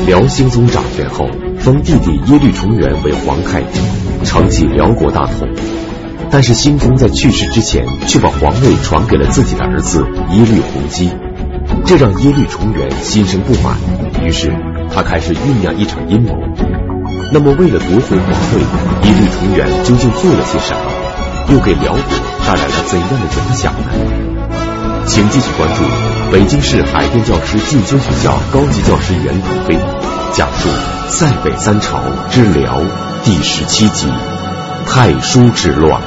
辽兴宗掌权后，封弟弟耶律重元为皇太子，承继辽国大统。但是兴宗在去世之前，却把皇位传给了自己的儿子耶律洪基，这让耶律重元心生不满，于是他开始酝酿一场阴谋。那么为了夺回皇位，耶律重元究竟做了些什么？又给辽国带来了怎样的影响呢？请继续关注北京市海淀教师进修学校高级教师袁腾飞讲述塞北三朝之辽第17集太叔之乱。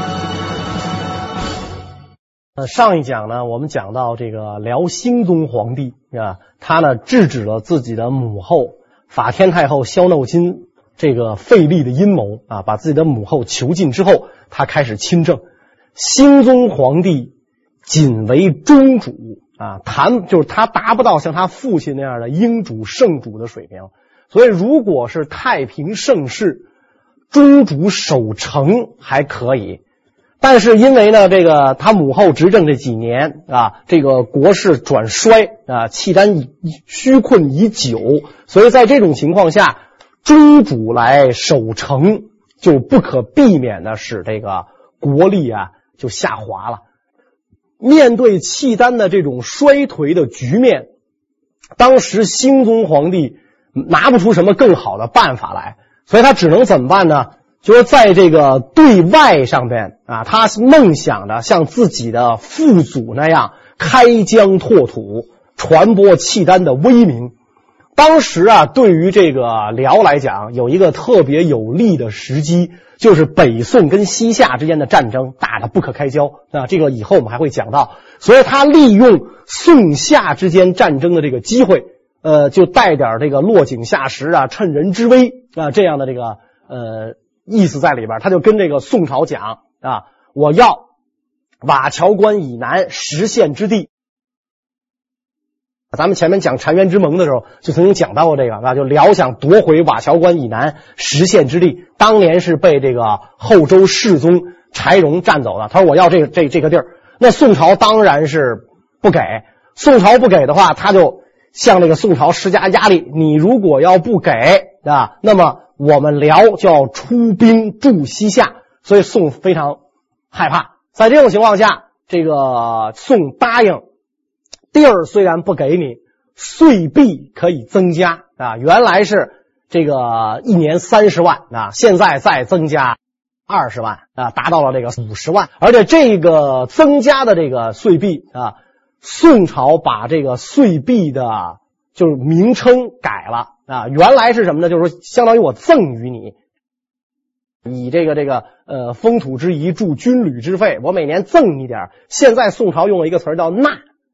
上一讲呢，我们讲到这个辽兴宗皇帝啊，他呢制止了自己的母后法天太后萧耨金这个废立的阴谋啊，把自己的母后囚禁之后，他开始亲政。兴宗皇帝仅为中主啊，就是他达不到像他父亲那样的英主圣主的水平。所以如果是太平盛世，中主守成还可以。但是因为呢，这个他母后执政这几年啊，这个国势转衰啊，契丹虚困已久，所以在这种情况下，中主来守成，就不可避免的使这个国力啊就下滑了。面对契丹的这种衰颓的局面，当时兴宗皇帝拿不出什么更好的办法来，所以他只能怎么办呢？就是在这个对外上边啊，他梦想着像自己的父祖那样开疆拓土，传播契丹的威名。当时啊，对于这个辽来讲，有一个特别有利的时机，就是北宋跟西夏之间的战争打得不可开交啊，这个以后我们还会讲到。所以他利用宋夏之间战争的这个机会，就带点这个落井下石啊，趁人之危啊这样的这个意思在里边。他就跟这个宋朝讲啊，我要瓦桥关以南10县之地。咱们前面讲澶渊之盟的时候就曾经讲到过这个啊，就辽想夺回瓦桥关以南10县之地，当年是被这个后周世宗柴荣占走的。他说我要这个地儿，那宋朝当然是不给。宋朝不给的话，他就向这个宋朝施加压力，你如果要不给啊，那么我们辽就要出兵助西夏。所以宋非常害怕。在这种情况下，这个宋答应地儿虽然不给你，岁币可以增加啊，原来是这个1年30万啊，现在再增加20万啊，达到了这个50万。而且这个增加的这个岁币啊，宋朝把这个岁币的就是名称改了啊，原来是什么呢？就是说相当于我赠予你，以这个封土之仪助军旅之费，我每年赠你点。现在宋朝用了一个词叫纳，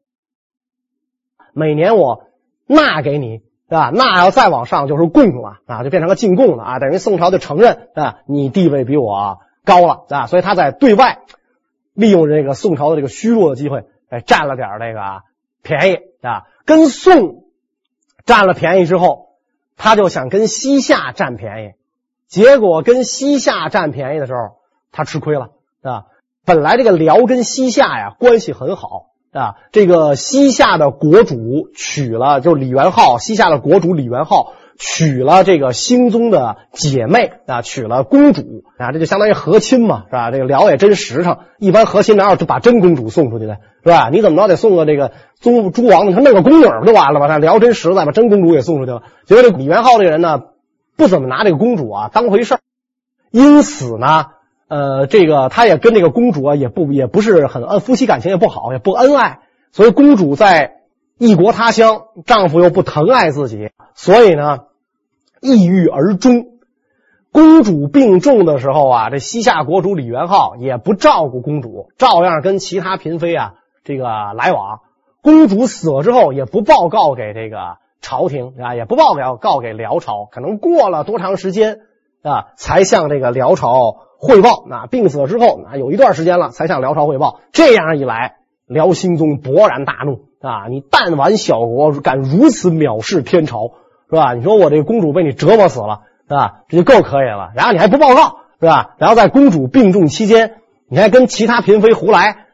每年我纳给你，对吧？纳要再往上就是贡了啊，就变成了进贡了啊，等于宋朝就承认啊，你地位比我高了啊，所以他在对外利用这个宋朝的这个虚弱的机会，占了点这个便宜啊。跟宋占了便宜之后，他就想跟西夏占便宜，结果跟西夏占便宜的时候，他吃亏了啊。本来这个辽跟西夏呀关系很好啊，这个西夏的国主娶了，就是李元昊，西夏的国主李元昊娶了这个兴宗的姐妹啊，娶了公主啊，这就相当于和亲嘛，是吧？这个辽也真实诚，一般和亲哪有就把真公主送出去的，是吧？你怎么着得送个这个诸王，他弄个宫女不就完了吗？但辽真实在，把真公主也送出去了。结果这李元昊这个人呢，不怎么拿这个公主啊当回事儿，因此呢这个他也跟这个公主啊也不是很夫妻感情也不好，也不恩爱，所以公主在异国他乡，丈夫又不疼爱自己，所以呢抑郁而终。公主病重的时候啊，这西夏国主李元昊也不照顾公主，照样跟其他嫔妃啊这个来往。公主死了之后也不报告给这个朝廷啊，也不报告给辽朝，可能过了多长时间啊才向这个辽朝汇报。那病死了之后有一段时间了才向辽朝汇报。这样一来，辽兴宗勃然大怒啊！你弹丸小国，敢如此藐视天朝，是吧？你说我这个公主被你折磨死了，是吧？这就够可以了。然后你还不报告，是吧？然后在公主病重期间，你还跟其他嫔妃胡来，是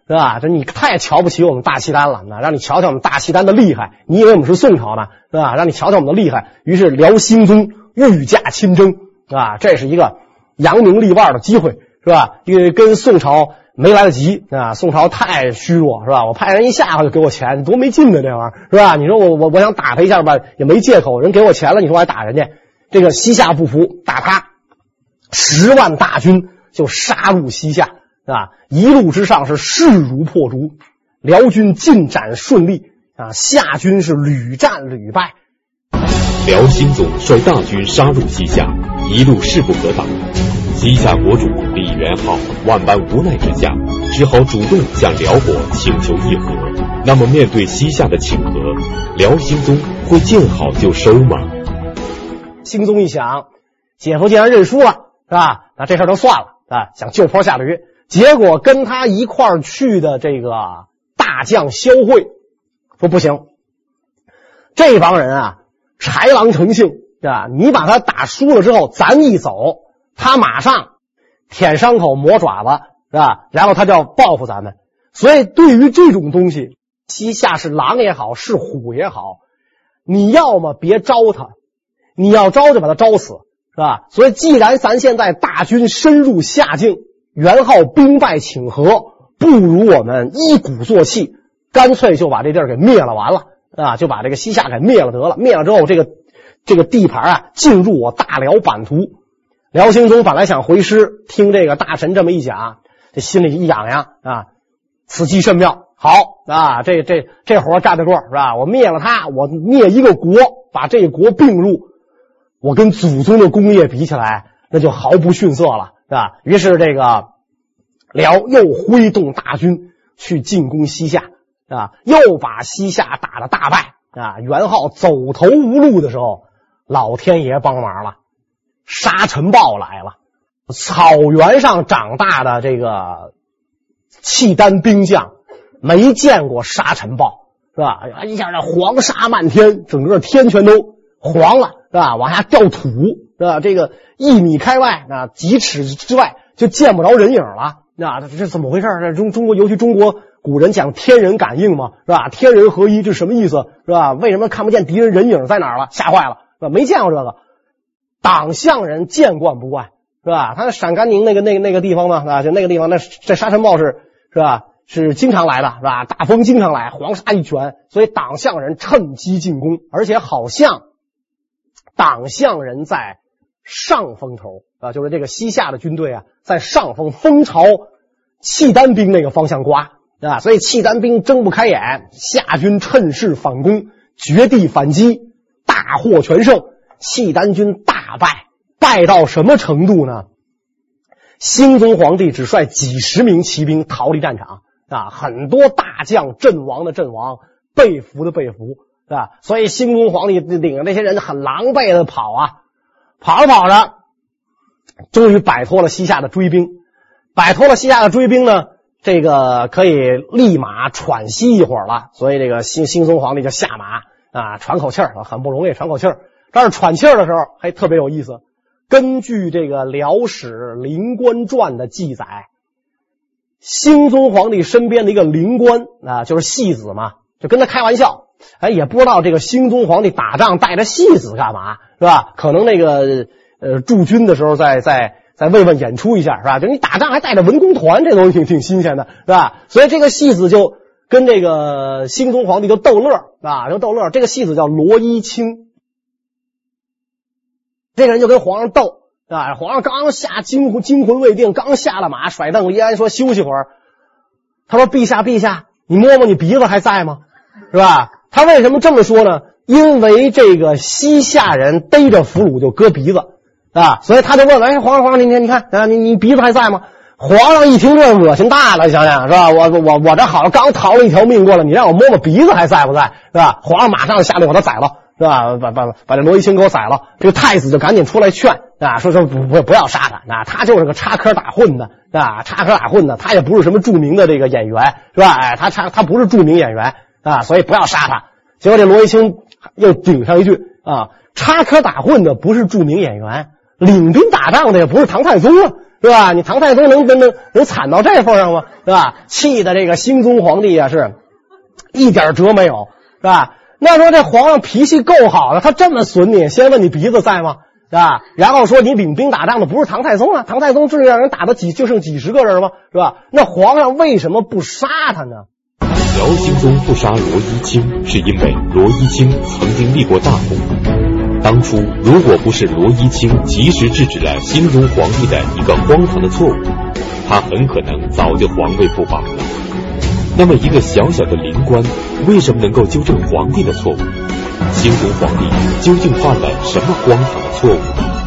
是吧？这你太瞧不起我们大契丹了，那让你瞧瞧我们大契丹的厉害，你以为我们是宋朝呢，是吧？让你瞧瞧我们的厉害。于是辽兴宗御驾亲征，是吧？这是一个扬名立万的机会，是吧？因为跟宋朝没来得及啊，宋朝太虚弱，是吧？我派人一下就给我钱，多没劲的这玩意儿，是吧？你说我想打他一下吧，也没借口，人给我钱了，你说我还打人家？这个西夏不服，打他10万大军就杀入西夏，是吧？一路之上是势如破竹，辽军进展顺利啊，夏军是屡战屡败。 辽兴宗率大军杀入西夏，一路势不可挡。西夏国主李元昊万般无奈之下，只好主动向辽国请求议和。那么面对西夏的请和，辽兴宗会见好就收吗？ 兴宗一想，姐夫既然认输了，是吧？那这事儿就算了啊，想就坡下驴。结果跟他一块儿去的这个大将萧慧说不行，这帮人啊豺狼成性，是吧？你把他打输了之后，咱一走，他马上舔伤口磨爪子，是吧？然后他就要报复咱们。所以对于这种东西，西夏是狼也好，是虎也好，你要么别招他，你要招就把他招死，是吧？所以既然咱现在大军深入夏境，元昊兵败请和，不如我们一鼓作气，干脆就把这地儿给灭了完了啊，就把这个西夏给灭了得了。灭了之后，这个地盘啊进入我大辽版图。辽兴宗本来想回师，听这个大臣这么一讲，这心里一痒痒啊，此计甚妙，好啊，这活干得过，是吧？我灭了他，我灭一个国，把这个国并入，我跟祖宗的功业比起来，那就毫不逊色了，是吧？于是这个辽又挥动大军去进攻西夏，啊，又把西夏打得大败啊！元昊走投无路的时候，老天爷帮忙了，沙尘暴来了。草原上长大的这个契丹兵将没见过沙尘暴，是吧？一下这黄沙漫天，整个天全都黄了，是吧？往下掉土，是吧？这个1米开外啊，几尺之外就见不着人影了。那这怎么回事？这中国，尤其中国古人讲天人感应嘛，是吧？天人合一，这什么意思？是吧？为什么看不见敌人人影在哪儿了？吓坏了，是吧？没见过这个。党项人见惯不惯，是吧？他陕甘宁那个地方嘛，啊，就那个地方，这沙尘暴是吧？是经常来的，是吧？大风经常来，黄沙一卷，所以党项人趁机进攻，而且好像党项人在上风头啊，就是这个西夏的军队啊，在上风，风朝契丹兵那个方向刮啊，所以契丹兵睁不开眼，夏军趁势反攻，绝地反击，大获全胜，契丹军大败，败到什么程度呢？兴宗皇帝只率几十名骑兵逃离战场啊，很多大将阵亡的阵亡，被俘的被俘，是吧？所以兴宗皇帝领着这些人很狼狈的跑啊，跑着跑着，终于摆脱了西夏的追兵。摆脱了西夏的追兵呢，这个可以立马喘息一会儿了，所以这个兴宗皇帝就下马啊，喘口气儿，很不容易喘口气儿。但是喘气儿的时候还特别有意思，根据这个辽史灵官传的记载，兴宗皇帝身边的一个灵官啊，就是戏子嘛，就跟他开玩笑，也不知道这个兴宗皇帝打仗带着戏子干嘛，是吧？可能那个驻军的时候再慰问演出一下，是吧？就你打仗还带着文工团，这东西挺新鲜的，是吧？所以这个戏子就跟这个兴宗皇帝就逗乐啊，就逗乐。这个戏子叫罗一清，这个人就跟皇上斗啊，皇上刚下惊魂未定，刚下了马，甩凳离鞍说休息会儿。他说陛下，你摸摸你鼻子还在吗？是吧？他为什么这么说呢？因为这个西夏人逮着俘虏就割鼻子啊，所以他就问了，皇上，你看啊，你鼻子还在吗？皇上一听这恶心大了，想想是吧？我这好刚逃了一条命过来，你让我摸摸鼻子还在不在？是吧？皇上马上下令把他宰了，是吧？把这罗一清给我宰了。这个太子就赶紧出来劝啊，说不要杀他啊，他就是个插科打诨的啊，插科打诨的，他也不是什么著名的这个演员，是吧？他不是著名演员啊，所以不要杀他。结果这罗一清又顶上一句啊，插科打诨的不是著名演员，领兵打仗的也不是唐太宗啊， 是吧？你唐太宗能惨到这份上吗？是吧？气的这个兴宗皇帝啊是一点辙没有，是吧？那说这皇上脾气够好的，他这么损你，先问你鼻子在吗？是吧？然后说你领兵打仗的不是唐太宗啊，唐太宗这让人打的就剩几十个人吗？是吧？那皇上为什么不杀他呢？ 辽兴宗不杀罗一清，是因为罗一清曾经立过大功。当初如果不是罗一清及时制止了兴宗皇帝的一个荒唐的错误，他很可能早就皇位不保了。那么一个小小的灵官为什么能够纠正皇帝的错误？兴宗皇帝究竟犯了什么荒唐的错误？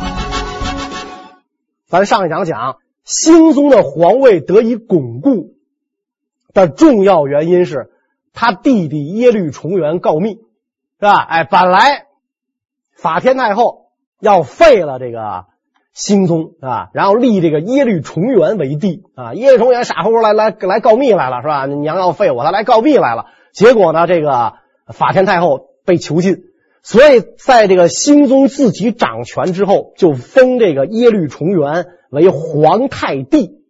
咱上一讲讲兴宗的皇位得以巩固的重要原因是他弟弟耶律重元告密，是吧？本来法天太后要废了这个兴宗啊，然后立这个耶律重元为帝啊。耶律重元傻乎乎来告密来了，是吧？娘要废我，他来告密来了。结果呢，这个法天太后被囚禁，所以在这个兴宗自己掌权之后，就封这个耶律重元为皇太帝。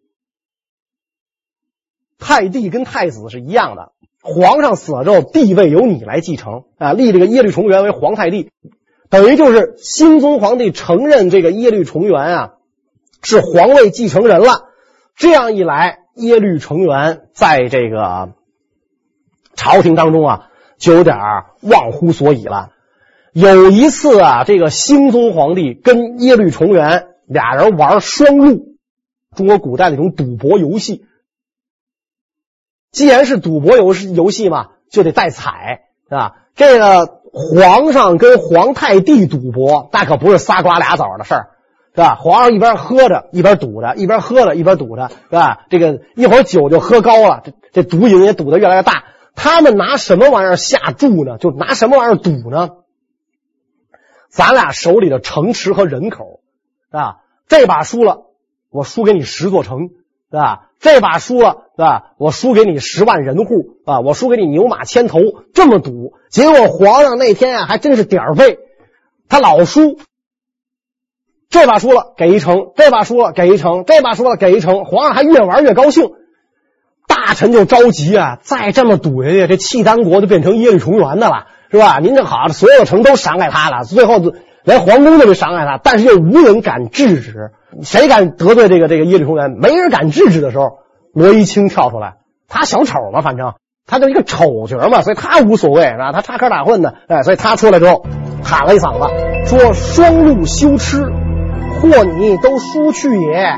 太帝跟太子是一样的，皇上死了之后，帝位由你来继承啊，立这个耶律重元为皇太帝，等于就是兴宗皇帝承认这个耶律重元啊是皇位继承人了。这样一来，耶律重元在这个朝廷当中啊就有点忘乎所以了。有一次啊，这个兴宗皇帝跟耶律重元俩人玩双陆，中国古代那种赌博游戏。既然是赌博游戏嘛，就得带彩，是吧？这个皇上跟皇太帝赌博，那可不是仨瓜俩枣的事儿，是吧？皇上一边喝着一边赌着，一边喝着一边赌着，是吧？这个一会儿酒就喝高了，这赌瘾也赌得越来越大。他们拿什么玩意儿下注呢？就拿什么玩意儿赌呢？咱俩手里的城池和人口，是吧？这把输了，我输给你10座城，是吧？这把输了，是吧？我输给你10万人户啊！我输给你牛马千头，这么赌。结果皇上那天啊，还真是点儿背，他老输。这把输了给1城，这把输了给1城，这把输了给1城，皇上还越玩越高兴。大臣就着急啊，再这么赌下去，这契丹国就变成耶律重元的了，是吧？您这好，所有的城都赏给他了，最后连皇宫都得赏给他，但是又无人敢制止。谁敢得罪这个耶律重元？没人敢制止的时候，罗一清跳出来，他小丑嘛，反正他就一个丑角嘛，所以他无所谓，是吧？他插科打诨的，所以他出来之后喊了一嗓子，说双陆休吃，或你都输去也。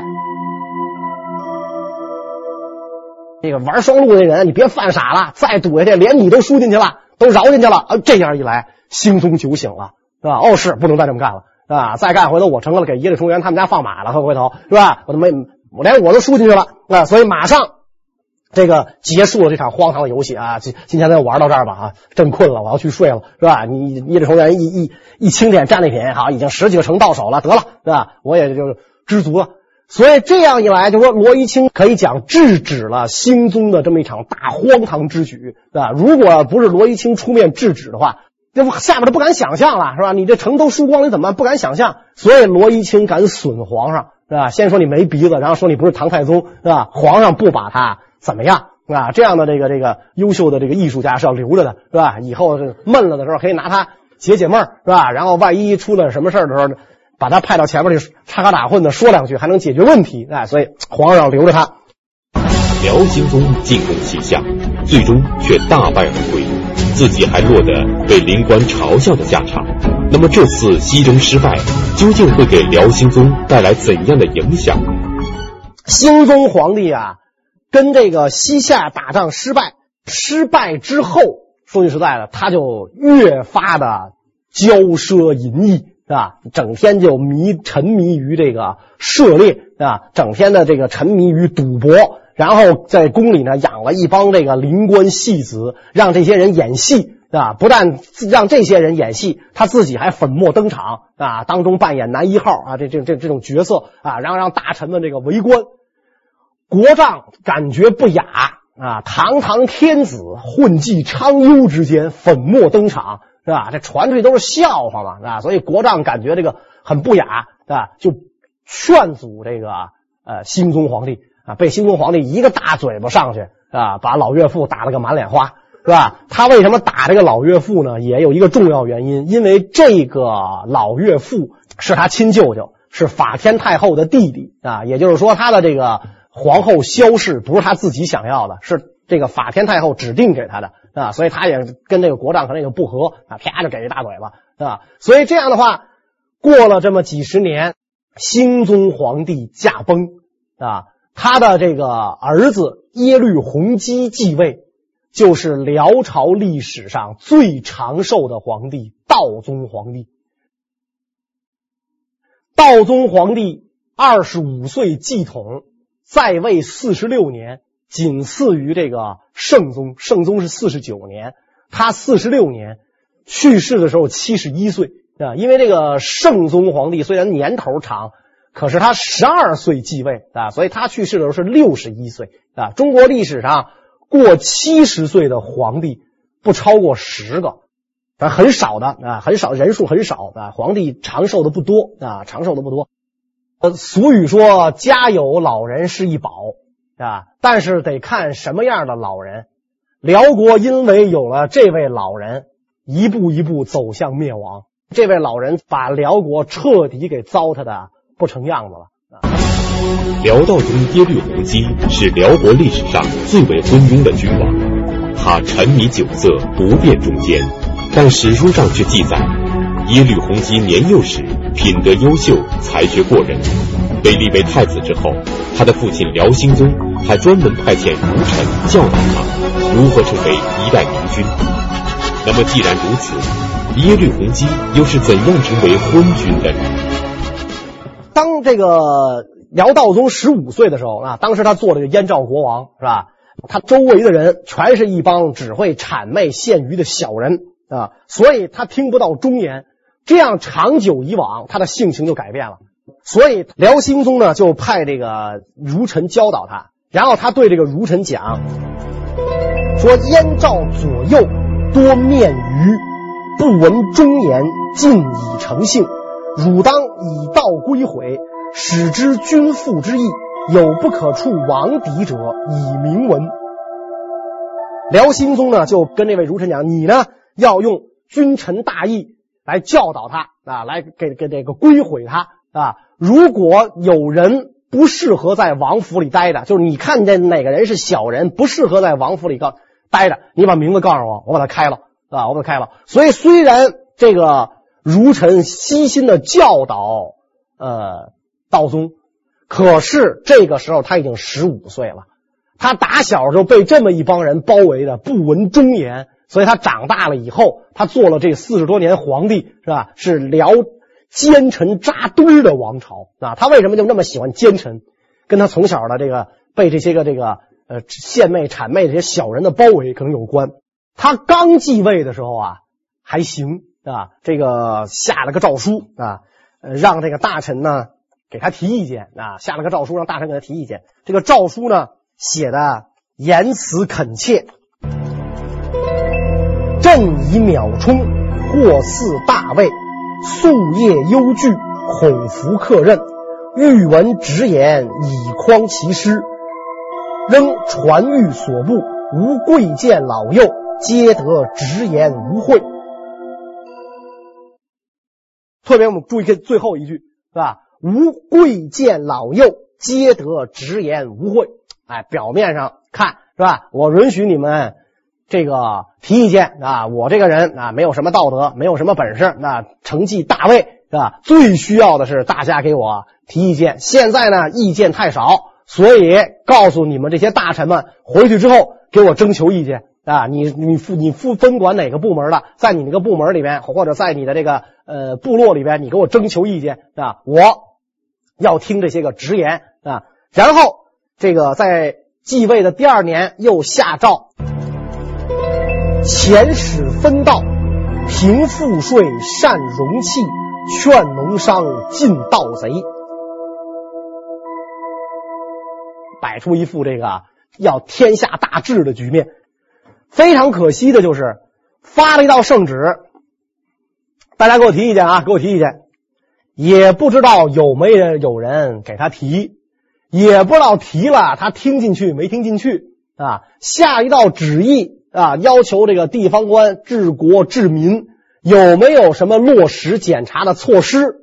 这个玩双陆的人，你别犯傻了，再赌下去，连你都输进去了，都饶进去了。这样一来，兴宗酒醒了，是吧？是不能再这么干了。啊！再干回头我成了给耶律重元他们家放马了，回头是吧？我连我都输进去了啊！所以马上这个结束了这场荒唐的游戏啊！今天咱玩到这儿吧啊！真困了，我要去睡了，是吧？你耶律重元一清点战利品，好，已经10几个城到手了，得了，是吧？我也就知足了。所以这样一来，就说罗一清可以讲制止了兴宗的这么一场大荒唐之举，是吧？如果不是罗一清出面制止的话，这下面都不敢想象了，是吧？你这城都输光了，你怎么办？不敢想象。所以罗一清敢损皇上，是吧？先说你没鼻子，然后说你不是唐太宗，是吧？皇上不把他怎么样，是吧？这样的这个优秀的这个艺术家是要留着的，是吧？以后闷了的时候可以拿他解闷，是吧？然后万一出了什么事的时候，把他派到前面去插科打诨的说两句，还能解决问题，所以皇上留着他。 辽兴宗进攻西夏，最终却大败而归，自己还落得被灵官嘲笑的下场。那么这次西征失败，究竟会给辽兴宗带来怎样的影响？ 兴宗皇帝啊，跟这个西夏打仗失败之后，说句实在的，他就越发的骄奢淫逸，是吧？整天就沉迷于这个射猎，是吧？整天的这个沉迷于赌博。然后在宫里呢养了一帮这个灵官戏子，让这些人演戏啊，不但让这些人演戏，他自己还粉墨登场啊，当中扮演男一号啊，这种角色啊，然后让大臣们这个围观。国丈感觉不雅啊，堂堂天子混迹昌幽之间，粉墨登场，是吧？这传出去都是笑话嘛，是吧？所以国丈感觉这个很不雅啊，就劝阻这个兴宗皇帝啊，被兴宗皇帝一个大嘴巴上去啊，把老岳父打了个满脸花，是吧？他为什么打这个老岳父呢？也有一个重要原因，因为这个老岳父是他亲舅舅，是法天太后的弟弟啊，也就是说他的这个皇后萧氏不是他自己想要的，是这个法天太后指定给他的啊，所以他也跟这个国丈可能也不和啊，啪就给一大嘴巴啊，所以这样的话，过了这么几十年，兴宗皇帝驾崩啊，他的这个儿子耶律洪基继位，就是辽朝历史上最长寿的皇帝道宗皇帝。道宗皇帝25岁继统，在位46年，仅次于这个圣宗，圣宗是49年，他46年，去世的时候71岁啊。因为这个圣宗皇帝虽然年头长，可是他12岁继位啊，所以他去世的时候是61岁啊。中国历史上过70岁的皇帝不超过10个，很少的啊，很少，人数很少啊。皇帝长寿的不多啊，长寿的不多。俗语说家有老人是一宝啊，但是得看什么样的老人。辽国因为有了这位老人，一步一步走向灭亡。这位老人把辽国彻底给糟蹋的不成样子了。 辽道宗耶律洪基是辽国历史上最为昏庸的君王，他沉迷酒色，不辨忠奸，但史书上却记载，耶律洪基年幼时品德优秀，才学过人，被立为太子之后，他的父亲辽兴宗还专门派遣儒臣教导他如何成为一代明君。那么既然如此，耶律洪基又是怎样成为昏君的呢？ 当这个辽道宗15岁的时候啊，当时他做了个燕赵国王，是吧？他周围的人全是一帮只会谄媚陷于的小人啊，所以他听不到忠言。这样长久以往，他的性情就改变了。所以辽兴宗呢就派这个儒臣教导他，然后他对这个儒臣讲说：燕赵左右多面愚，不闻忠言，尽以成性。汝当以道归毁，使之君父之意，有不可触王敌者，以明文。辽兴宗呢就跟这位儒臣讲，你呢要用君臣大义来教导他啊，来给这个归毁他啊。如果有人不适合在王府里待着，就是你看见哪个人是小人，不适合在王府里待着，你把名字告诉我，我把他开了啊，我把他开了。所以虽然这个儒臣悉心的教导道宗，可是这个时候他已经15岁了，他打小就被这么一帮人包围的，不闻忠言。所以他长大了以后，他做了这40多年皇帝，是吧？是辽奸臣扎堆的王朝啊。他为什么就那么喜欢奸臣？跟他从小的这个被这些个献媚谄媚这些小人的包围可能有关。他刚继位的时候啊还行啊，这个下了个诏书啊，让这个大臣呢给他提意见啊，下了个诏书让大臣给他提意见。这个诏书呢写的言辞恳切，朕以秒冲，或似大位，夙夜忧惧，恐服克任，欲闻直言，以匡其师。仍传谕所部，无贵贱老幼，皆得直言无讳。特别我们注意看最后一句，是吧？无贵贱老幼，皆得直言无讳。哎，表面上看是吧？我允许你们这个提意见啊，我这个人啊没有什么道德，没有什么本事，那承继大位是吧？最需要的是大家给我提意见。现在呢意见太少，所以告诉你们这些大臣们，回去之后给我征求意见啊！你分管哪个部门的，在你那个部门里边，或者在你的这个部落里边，你给我征求意见啊！我要听这些个直言啊！然后这个在继位的第2年又下诏，遣使分道，平赋税，善容器，劝农商，禁盗贼，摆出一副这个要天下大治的局面。非常可惜的就是发了一道圣旨，大家给我提意见啊，给我提意见，也不知道有没有人给他提， 也不知道提了他听进去没听进去啊，下一道旨意啊，要求这个地方官治国治民有没有什么落实检查的措施，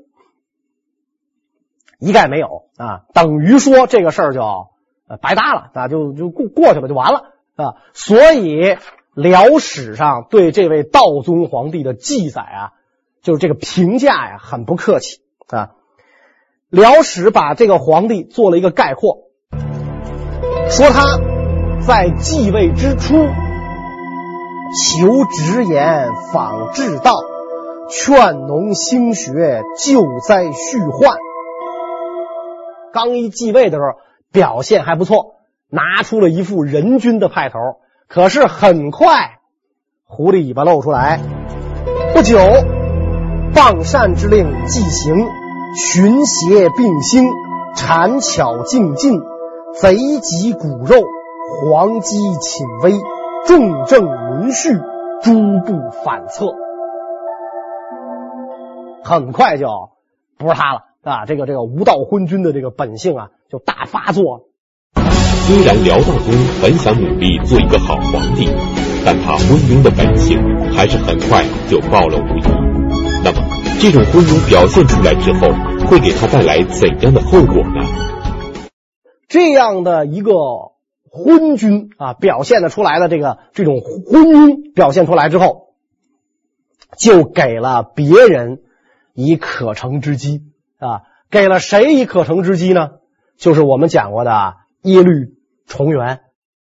一概没有啊，等于说这个事儿就白搭了啊，就过去了，就完了啊。所以辽史上对这位道宗皇帝的记载啊，就是这个评价呀，很不客气啊。辽史把这个皇帝做了一个概括，说他在继位之初求直言访治道，劝农兴学，救灾续患。刚一继位的时候表现还不错，拿出了一副人君的派头，可是很快狐狸尾巴露出来，不久谤善之令既行，群邪并兴，谗巧竞进，贼疾骨肉，黄鸡侵威，重政沦序，诸不反侧。很快就不是他了啊！这个无道昏君的这个本性啊，就大发作了。 虽然辽道宗很想努力做一个好皇帝，但他昏庸的本性还是很快就暴露无遗。那么这种昏庸表现出来之后，会给他带来怎样的后果呢？ 这样的一个昏君啊，表现得出来的这种昏庸表现出来之后，就给了别人以可乘之机啊。给了谁以可乘之机呢？就是我们讲过的耶律重元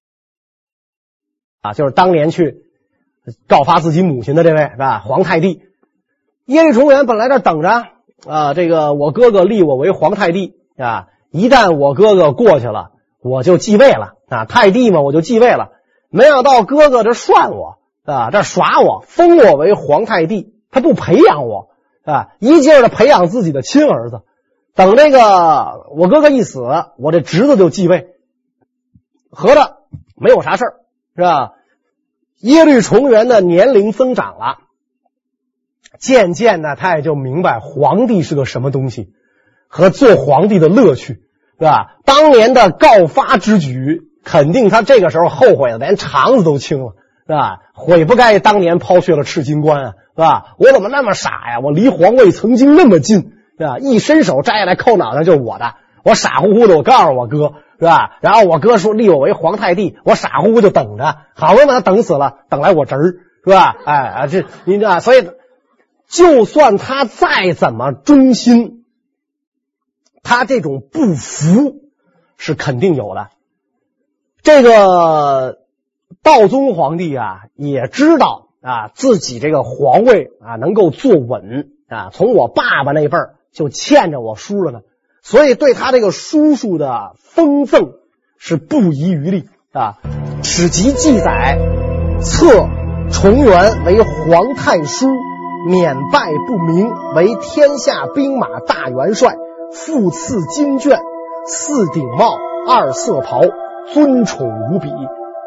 啊，就是当年去告发自己母亲的这位是吧？皇太帝耶律重元本来这等着啊，这个我哥哥立我为皇太帝啊，一旦我哥哥过去了，我就继位了啊，太帝嘛，我就继位了。没想到哥哥这涮我啊，这耍我，封我为皇太帝，他不培养我啊，一劲儿的培养自己的亲儿子。等这个我哥哥一死，我这侄子就继位，合着没有啥事儿，是吧？耶律重元的年龄增长了，渐渐的他也就明白皇帝是个什么东西和做皇帝的乐趣，是吧？当年的告发之举，肯定他这个时候后悔的连肠子都青了，是吧？悔不该当年抛却了赤金冠啊，是吧？我怎么那么傻呀？我离皇位曾经那么近，是吧？一伸手摘下来扣脑袋就是我的，我傻乎乎的我告诉我哥，是吧？然后我哥说立我为皇太帝，我傻乎乎就等着，好不容易把他等死了，等来我侄儿，是吧？哎，这你知道，所以就算他再怎么忠心，他这种不服是肯定有的。这个道宗皇帝啊，也知道啊自己这个皇位啊能够坐稳啊，从我爸爸那辈儿就欠着我叔了呢，所以对他这个叔叔的封赠是不遗余力啊。史籍记载，册重元为皇太叔，免拜不明，为天下兵马大元帅，复赐金卷，4顶帽，2色袍，尊宠无比。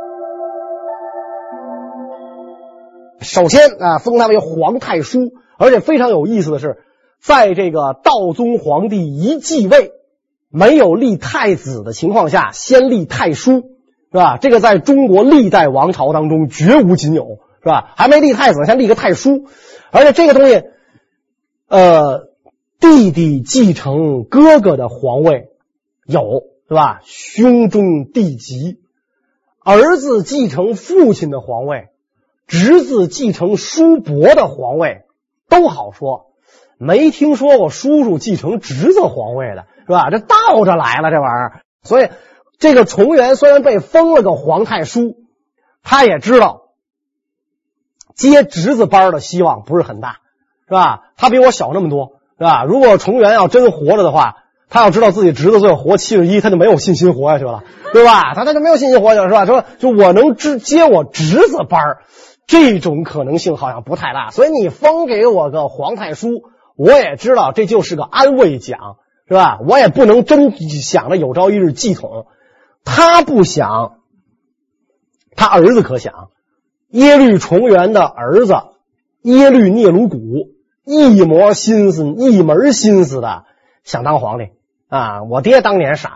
首先啊，封他为皇太叔，而且非常有意思的是，在这个道宗皇帝一继位没有立太子的情况下，先立太叔，是吧？这个在中国历代王朝当中绝无仅有，是吧？还没立太子，先立个太叔，而且这个东西，弟弟继承哥哥的皇位有，是吧？兄终弟及，儿子继承父亲的皇位，侄子继承叔伯的皇位都好说，没听说过叔叔继承侄子皇位的，是吧？这倒着来了这玩意儿。所以这个重元虽然被封了个皇太叔，他也知道接侄子班的希望不是很大，是吧？他比我小那么多，是吧？如果重元要真活着的话，他要知道自己侄子最后活71，他就没有信心活下去了，对吧？他就没有信心活下去了，是吧？说就我能接我侄子班，这种可能性好像不太大。所以你封给我个皇太叔，我也知道这就是个安慰奖，是吧？我也不能真想着有朝一日继统。他不想，他儿子可想。耶律重元的儿子耶律聂鲁古一门心思的想当皇帝啊！我爹当年傻，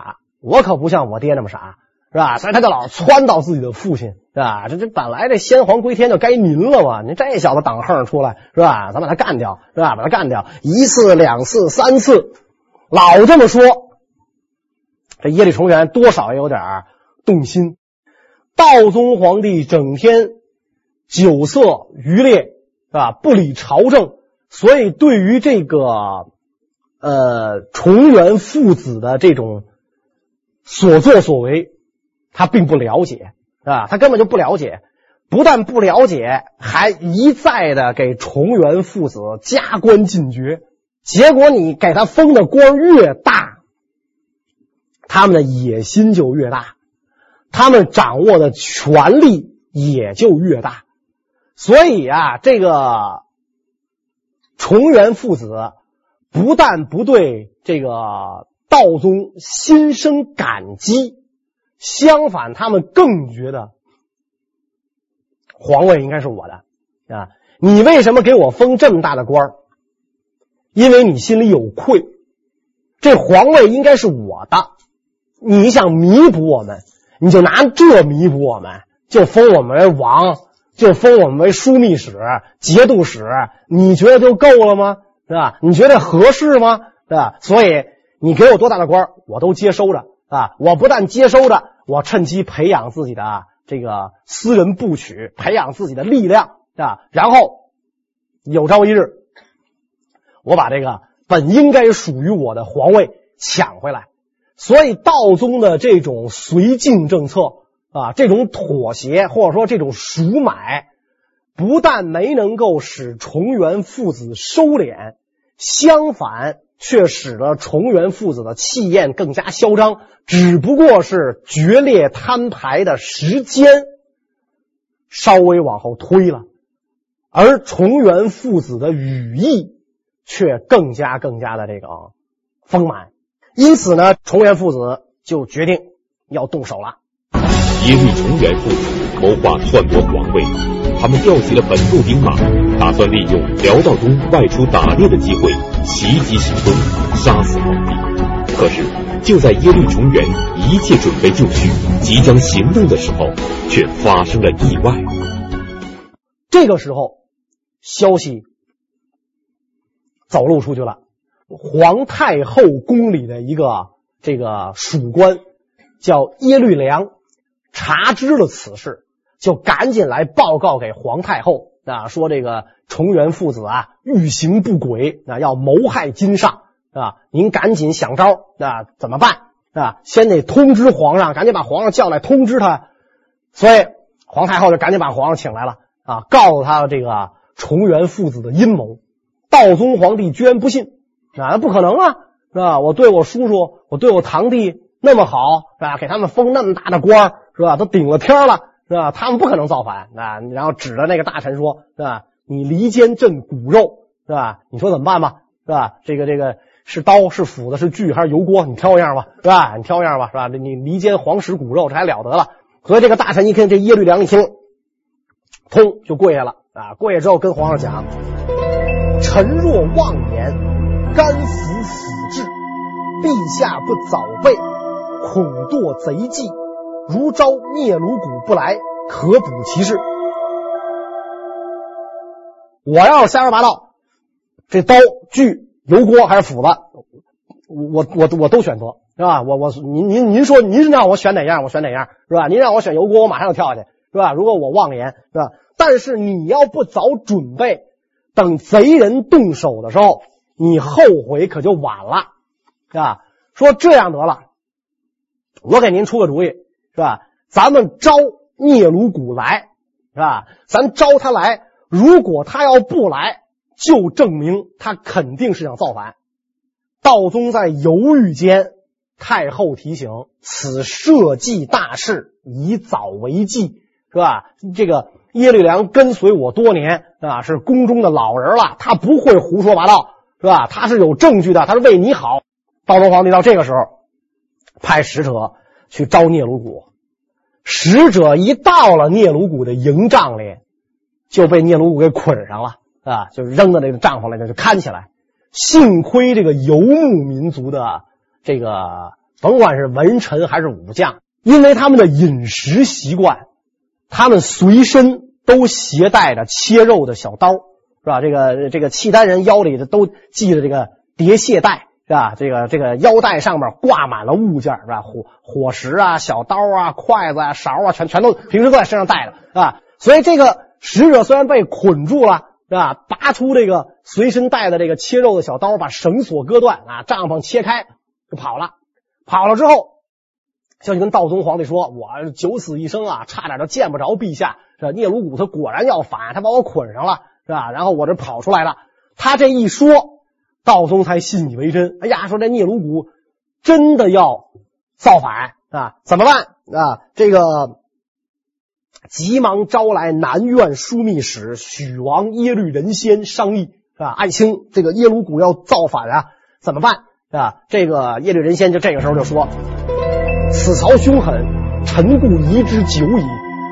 我可不像我爹那么傻，是吧？所以他就老撺到自己的父亲，是吧？这本来这先皇归天就该您了嘛，您这小子挡横出来，是吧？咱把他干掉，是吧？把他干掉1次、2次、3次，老这么说，这耶律重元多少也有点动心。道宗皇帝整天酒色渔猎，是吧？不理朝政，所以对于这个重元父子的这种所作所为，他并不了解，是吧？他根本就不了解，不但不了解，还一再的给重元父子加官进爵。结果你给他封的官越大，他们的野心就越大，他们掌握的权力也就越大。所以啊，这个重元父子不但不对这个道宗心生感激，相反他们更觉得皇位应该是我的啊！你为什么给我封这么大的官？因为你心里有愧，这皇位应该是我的，你想弥补我们，你就拿这弥补我们，就封我们为王，就封我们为枢密使、节度使，你觉得就够了吗？是吧？你觉得合适吗？是吧？所以你给我多大的官我都接收着啊！我不但接收着，我趁机培养自己的这个私人部曲，培养自己的力量啊！然后有朝一日，我把这个本应该属于我的皇位抢回来。所以道宗的这种绥靖政策啊，这种妥协或者说这种赎买，不但没能够使重元父子收敛，相反却使得重元父子的气焰更加嚣张，只不过是决裂摊牌的时间稍微往后推了，而重元父子的羽翼却更加的这个丰满。因此呢，重元父子就决定要动手了。 耶律重元父子谋划篡夺皇位，他们调集了本部兵马，打算利用辽道宗外出打猎的机会袭击行宫，杀死皇帝。可是就在耶律重元一切准备就绪，即将行动的时候，却发生了意外。 这个时候消息走漏出去了，皇太后宫里的一个这个属官叫耶律良，察知了此事，就赶紧来报告给皇太后啊，说这个重元父子啊欲行不轨啊，要谋害金上啊，您赶紧想招啊，怎么办啊？先得通知皇上，赶紧把皇上叫来通知他。所以皇太后就赶紧把皇上请来了啊，告诉他这个重元父子的阴谋。道宗皇帝居然不信啊，不可能啊，是吧？我对我叔叔，我对我堂弟那么好，是吧？给他们封那么大的官，是吧？都顶了天了，是吧？他们不可能造反啊！然后指着那个大臣说，是吧？你离间朕骨肉，是吧？你说怎么办吧？是吧？这个是刀是斧子是锯还是油锅？你挑一样吧，是吧？你挑一样吧，是吧？你离间皇室骨肉，这还了得了？所以这个大臣一看这耶律良一听，通就跪下了啊！跪下之后跟皇上讲：臣若妄言，甘服辅治，陛下不早备，恐堕贼计，如招灭虏骨不来，可补其事。我要是瞎说八道，这刀锯油锅还是斧子，我都选择，是吧？您说您让我选哪样，我选哪样，是吧？您让我选油锅，我马上就跳下去，是吧？如果我妄言，是吧？但是你要不早准备，等贼人动手的时候，你后悔可就晚了，是吧？说这样得了，我给您出个主意，是吧？咱们招聂鲁古来，是吧？咱招他来，如果他要不来，就证明他肯定是想造反。道宗在犹豫间，太后提醒：此社稷大事，以早为计，是吧？这个耶律良跟随我多年啊，是宫中的老人了，他不会胡说八道，是吧？他是有证据的，他是为你好。道宗皇帝到这个时候派使者去招聂鲁古，使者一到了聂鲁古的营帐里，就被聂鲁古给捆上了啊，就扔到这个帐篷里就看起来。幸亏这个游牧民族的这个甭管是文臣还是武将，因为他们的饮食习惯，他们随身都携带着切肉的小刀，是吧？这个契丹人腰里的都系着这个叠蟹带，是吧？这个腰带上面挂满了物件，是吧？伙食啊、小刀啊、筷子啊、勺啊，全都平时都在身上带着，是吧？所以这个使者虽然被捆住了，是吧？拔出这个随身带的这个切肉的小刀，把绳索割断啊，帐篷切开就跑了。跑了之后，就跟道宗皇帝说：“我九死一生啊，差点就见不着陛下。是吧？聂鲁古他果然要反，他把我捆上了，是吧？然后我这跑出来了。”他这一说，道宗才信以为真。哎呀，说这聂鲁古真的要造反啊？怎么办啊？这个急忙招来南院枢密使许王耶律仁先商议，是吧？爱卿，这个耶鲁古要造反啊，怎么办？是吧？这个耶律仁先就这个时候就说：“此曹凶狠，臣故疑之久矣。”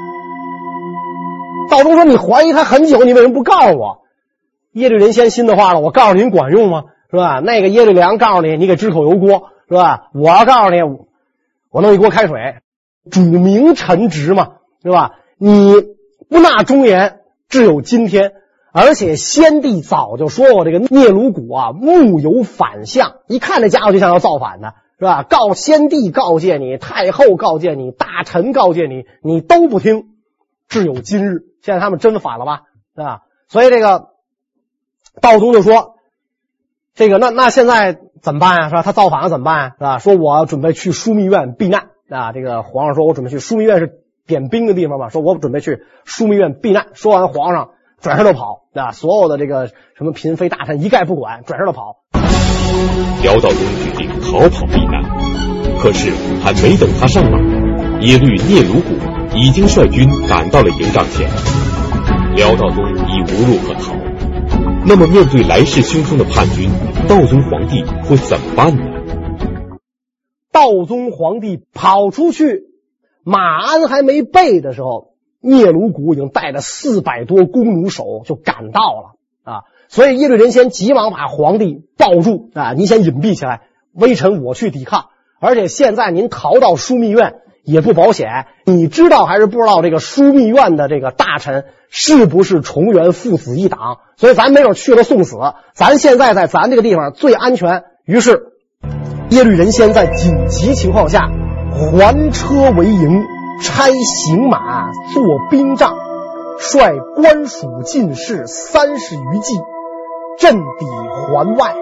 道宗说：“你怀疑他很久，你为什么不告诉我？”耶律仁先心的话了，我告诉您管用吗？是吧？那个耶律良告诉你，你给支口油锅，是吧？我要告诉你，我弄一锅开水，主明臣职嘛，是吧？你不纳忠言，至有今天。而且先帝早就说过，这个聂鲁古啊，目有反相，一看这家伙就像要造反的，是吧？先帝告诫你，太后告诫你，大臣告诫你，你都不听，至有今日。现在他们真反了吧，是吧？所以这个道宗就说，这个那现在怎么办啊？是吧？他造反了怎么办啊？是吧？说我准备去枢密院避难啊。这个皇上说，我准备去枢密院是点兵的地方嘛，说我准备去枢密院避难。说完，皇上转身就跑啊！所有的这个什么嫔妃大臣一概不管，转身就跑。 辽道宗决定逃跑避难，可是还没等他上马，耶律聂鲁古已经率军赶到了营帐前。辽道宗已无路可逃，那么面对来势汹汹的叛军，道宗皇帝会怎么办呢？ 道宗皇帝跑出去，马鞍还没备的时候，聂鲁古已经带着400多弓弩手就赶到了啊！所以耶律仁先急忙把皇帝抱住啊，您先隐蔽起来，微臣我去抵抗。而且现在您逃到枢密院也不保险，你知道还是不知道这个枢密院的这个大臣是不是重元父子一党？所以咱没准去了送死，咱现在在咱这个地方最安全。于是耶律仁先在紧急情况下还车为营，差行马做兵帐，率官属进士30余骑，阵抵环外。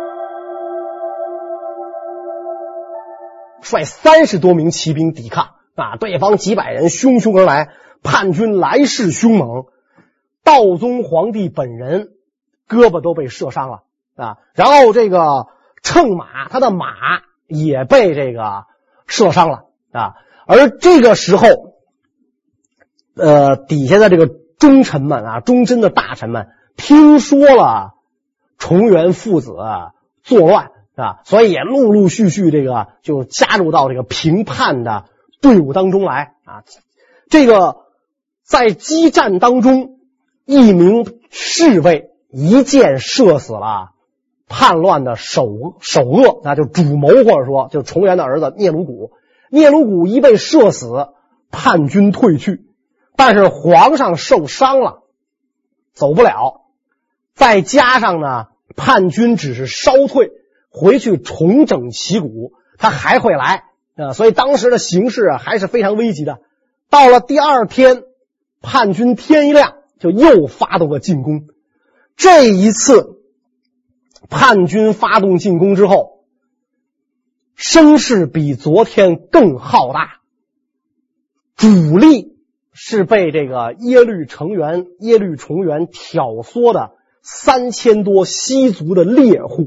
率30多名骑兵抵抗啊，对方几百人汹汹而来，叛军来势凶猛。道宗皇帝本人胳膊都被射伤了啊，然后这个乘马，他的马也被这个射伤了啊。而这个时候底下的这个忠臣们啊，忠贞的大臣们听说了重元父子作乱啊，所以也陆陆续续这个就加入到这个平叛的队伍当中来啊。这个在激战当中，一名侍卫一箭射死了叛乱的首恶，那就主谋，或者说就重元的儿子聂鲁古。聂鲁古一被射死，叛军退去，但是皇上受伤了，走不了。再加上呢，叛军只是稍退，回去重整旗鼓，他还会来所以当时的形势还是非常危急的。到了第二天，叛军天一亮就又发动了进攻。这一次叛军发动进攻之后，声势比昨天更浩大，主力是被这个耶律重元挑唆的3000多西族的猎户。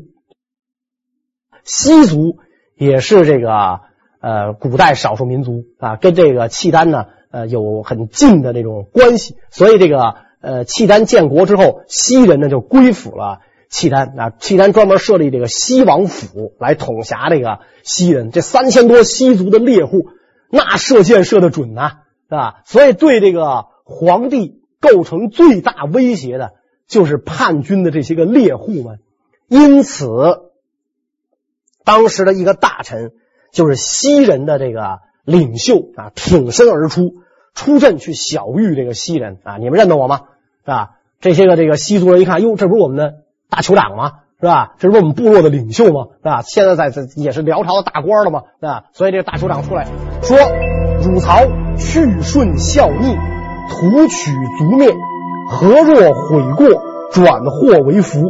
西族也是这个古代少数民族啊，跟这个契丹呢有很近的这种关系，所以这个契丹建国之后，西人呢就归附了契丹啊，契丹专门设立这个西王府来统辖这个西人。这3000多西族的猎户，那射箭射得准呐，是吧？所以对这个皇帝构成最大威胁的就是叛军的这些个猎户们。因此当时的一个大臣就是西人的这个领袖啊，挺身而出，出阵去小遇这个西人啊。你们认得我吗？是吧？这些个这个西族人一看，哟，这不是我们的大酋长吗？是吧？这不是我们部落的领袖吗？是吧？现在也是辽朝的大官了嘛，是吧？所以这个大酋长出来说：“汝曹去顺效逆，图取族灭，何若悔过，转祸为福？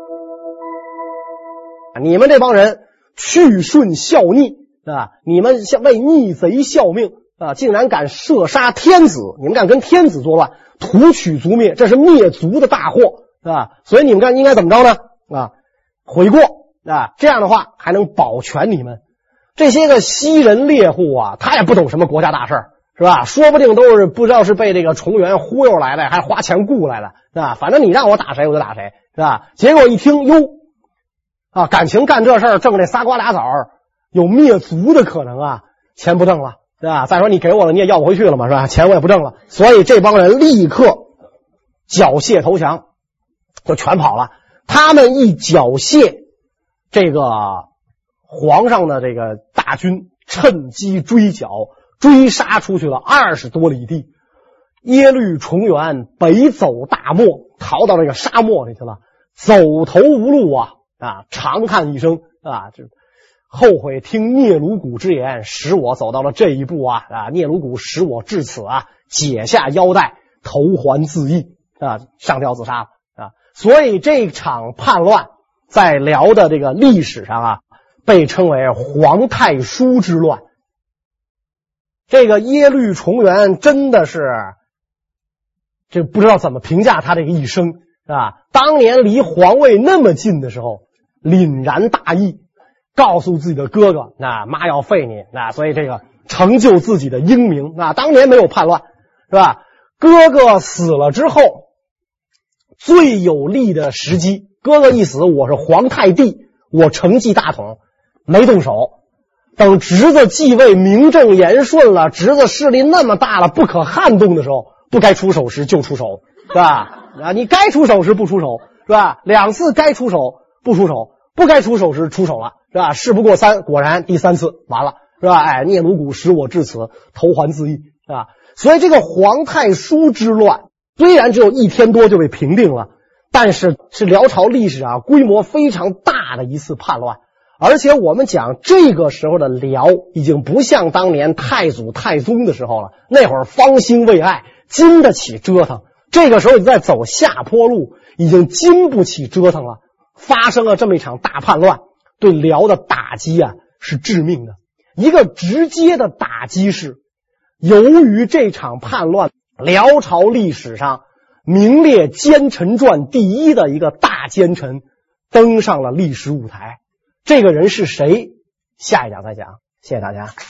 你们这帮人去顺效逆啊！你们为逆贼效命啊！竟然敢射杀天子，你们敢跟天子作乱，图取族灭，这是灭族的大祸啊！所以你们应该怎么着呢？啊，悔过啊！这样的话还能保全你们。这些个西人猎户啊，他也不懂什么国家大事儿，是吧？说不定都是不知道是被这个重元忽悠来的，还是花钱雇来的，是吧？反正你让我打谁我就打谁，是吧？结果一听，哟，啊，感情干这事儿挣这仨瓜俩枣，有灭族的可能啊，钱不挣了，是吧？再说你给我了，你也要不回去了嘛，是吧？钱我也不挣了，所以这帮人立刻缴械投降，就全跑了。他们一缴械，这个皇上的这个大军趁机追剿，追杀出去了20多里地。耶律重元北走大漠，逃到这个沙漠里去了，走投无路啊！长叹一声啊，这后悔听聂鲁古之言，使我走到了这一步啊！聂鲁古使我至此啊，解下腰带，投环自缢啊，上吊自杀了啊！所以这场叛乱在辽的这个历史上啊，被称为皇太叔之乱。这个耶律重元真的是，这不知道怎么评价他这个一生啊！当年离皇位那么近的时候，凛然大义，告诉自己的哥哥，妈要废你，所以这个成就自己的英名啊！当年没有叛乱，是吧？哥哥死了之后，最有利的时机，哥哥一死，我是皇太帝，我承继大统，没动手。等侄子继位名正言顺了，侄子势力那么大了，不可撼动的时候，不该出手时就出手，是吧？你该出手时不出手，是吧？2次该出手不出手，不该出手时出手了，是吧？事不过3，果然第3次完了，是吧？聂鲁古使我至此，投环自缢，是吧？所以这个皇太叔之乱虽然只有1天多就被平定了，但是是辽朝历史上规模非常大的一次叛乱。而且我们讲这个时候的辽已经不像当年太祖太宗的时候了，那会儿方兴未艾，经得起折腾。这个时候已经在走下坡路，已经经不起折腾了。发生了这么一场大叛乱，对辽的打击啊是致命的。一个直接的打击是，由于这场叛乱，辽朝历史上名列奸臣传第1的一个大奸臣登上了历史舞台。这个人是谁？下一讲再讲。谢谢大家。